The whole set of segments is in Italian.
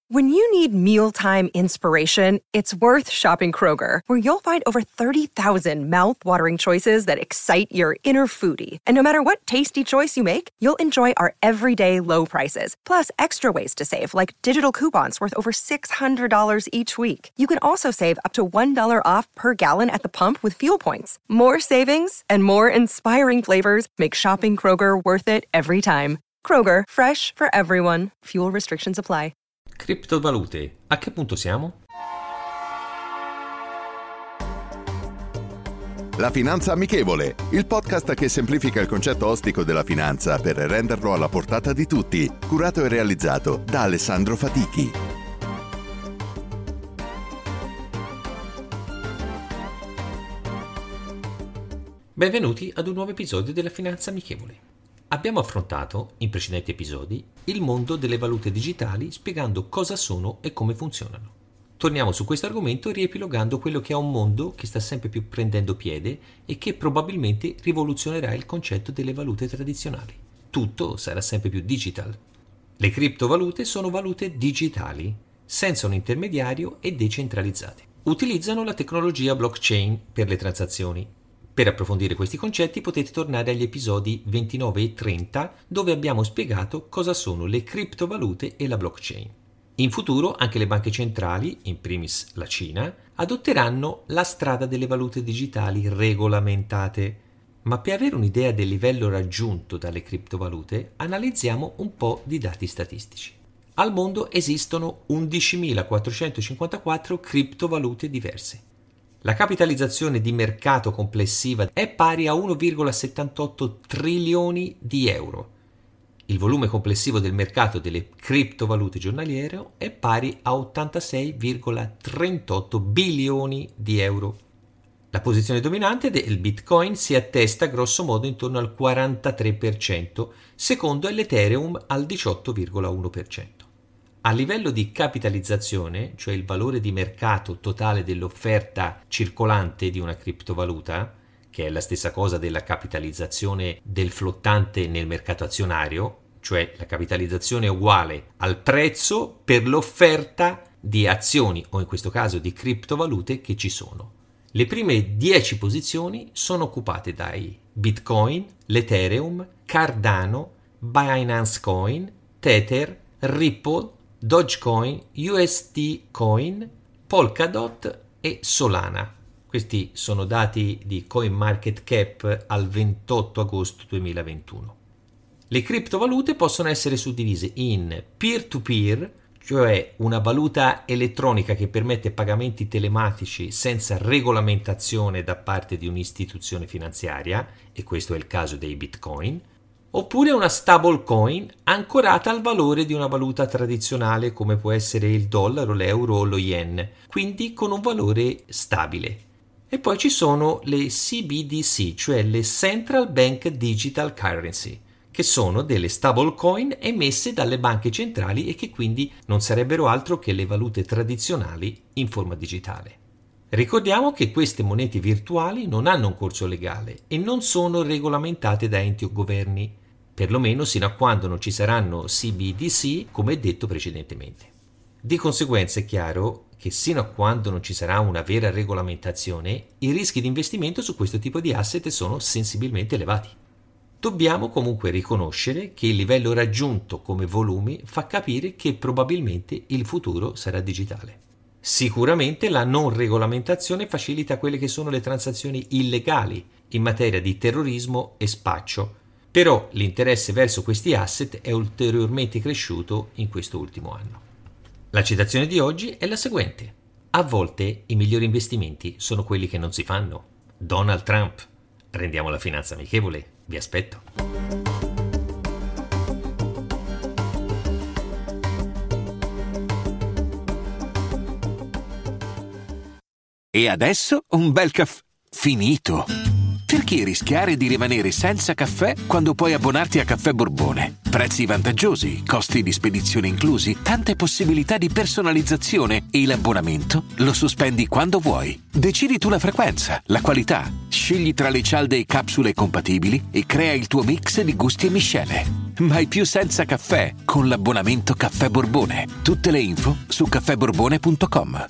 When you need mealtime inspiration, it's worth shopping Kroger, where you'll find over 30,000 mouth-watering choices that excite your inner foodie. And no matter what tasty choice you make, you'll enjoy our everyday low prices, plus extra ways to save, like digital coupons worth over $600 each week. You can also save up to $1 off per gallon at the pump with fuel points. More savings and more inspiring flavors make shopping Kroger worth it every time. Kroger, fresh for everyone. Fuel restrictions apply. Criptovalute, a che punto siamo? La Finanza Amichevole, il podcast che semplifica il concetto ostico della finanza per renderlo alla portata di tutti, curato e realizzato da Alessandro Fatichi. Benvenuti ad un nuovo episodio della Finanza Amichevole. Abbiamo affrontato, in precedenti episodi, il mondo delle valute digitali spiegando cosa sono e come funzionano. Torniamo su questo argomento riepilogando quello che è un mondo che sta sempre più prendendo piede e che probabilmente rivoluzionerà il concetto delle valute tradizionali. Tutto sarà sempre più digital. Le criptovalute sono valute digitali, senza un intermediario e decentralizzate. Utilizzano la tecnologia blockchain per le transazioni. Per approfondire questi concetti potete tornare agli episodi 29 e 30 dove abbiamo spiegato cosa sono le criptovalute e la blockchain. In futuro anche le banche centrali, in primis la Cina, adotteranno la strada delle valute digitali regolamentate. Ma per avere un'idea del livello raggiunto dalle criptovalute analizziamo un po' di dati statistici. Al mondo esistono 11.454 criptovalute diverse. La capitalizzazione di mercato complessiva è pari a 1,78 trilioni di euro. Il volume complessivo del mercato delle criptovalute giornaliero è pari a 86,38 bilioni di euro. La posizione dominante del Bitcoin si attesta grosso modo intorno al 43%, secondo l'Ethereum al 18,1%. A livello di capitalizzazione, cioè il valore di mercato totale dell'offerta circolante di una criptovaluta, che è la stessa cosa della capitalizzazione del flottante nel mercato azionario, cioè la capitalizzazione è uguale al prezzo per l'offerta di azioni o in questo caso di criptovalute che ci sono. Le prime 10 posizioni sono occupate dai Bitcoin, l'Ethereum, Cardano, Binance Coin, Tether, Ripple, Dogecoin, USD Coin, Polkadot e Solana. Questi sono dati di CoinMarketCap al 28 agosto 2021. Le criptovalute possono essere suddivise in peer-to-peer, cioè una valuta elettronica che permette pagamenti telematici senza regolamentazione da parte di un'istituzione finanziaria, e questo è il caso dei Bitcoin, oppure una stablecoin ancorata al valore di una valuta tradizionale come può essere il dollaro, l'euro o lo yen, quindi con un valore stabile. E poi ci sono le CBDC, cioè le Central Bank Digital Currency, che sono delle stablecoin emesse dalle banche centrali e che quindi non sarebbero altro che le valute tradizionali in forma digitale. Ricordiamo che queste monete virtuali non hanno un corso legale e non sono regolamentate da enti o governi, perlomeno sino a quando non ci saranno CBDC, come detto precedentemente. Di conseguenza è chiaro che sino a quando non ci sarà una vera regolamentazione, i rischi di investimento su questo tipo di asset sono sensibilmente elevati. Dobbiamo comunque riconoscere che il livello raggiunto come volumi fa capire che probabilmente il futuro sarà digitale. Sicuramente la non regolamentazione facilita quelle che sono le transazioni illegali in materia di terrorismo e spaccio, però l'interesse verso questi asset è ulteriormente cresciuto in questo ultimo anno. La citazione di oggi è la seguente: a volte i migliori investimenti sono quelli che non si fanno. Donald Trump. Rendiamo la finanza amichevole, vi aspetto. E adesso un bel caffè finito. Perché rischiare di rimanere senza caffè quando puoi abbonarti a Caffè Borbone? Prezzi vantaggiosi, costi di spedizione inclusi, tante possibilità di personalizzazione e l'abbonamento lo sospendi quando vuoi. Decidi tu la frequenza, la qualità, scegli tra le cialde e capsule compatibili e crea il tuo mix di gusti e miscele. mai più senza caffè con l'abbonamento Caffè Borbone. Tutte le info su caffèborbone.com.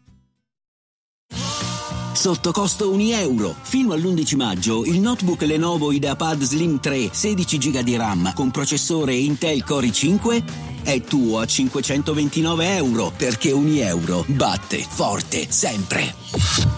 Sotto costo €1. Fino all'11 maggio il notebook Lenovo IdeaPad Slim 3 16 GB di RAM con processore Intel Core i5 è tuo a €529, perché €1 batte forte sempre.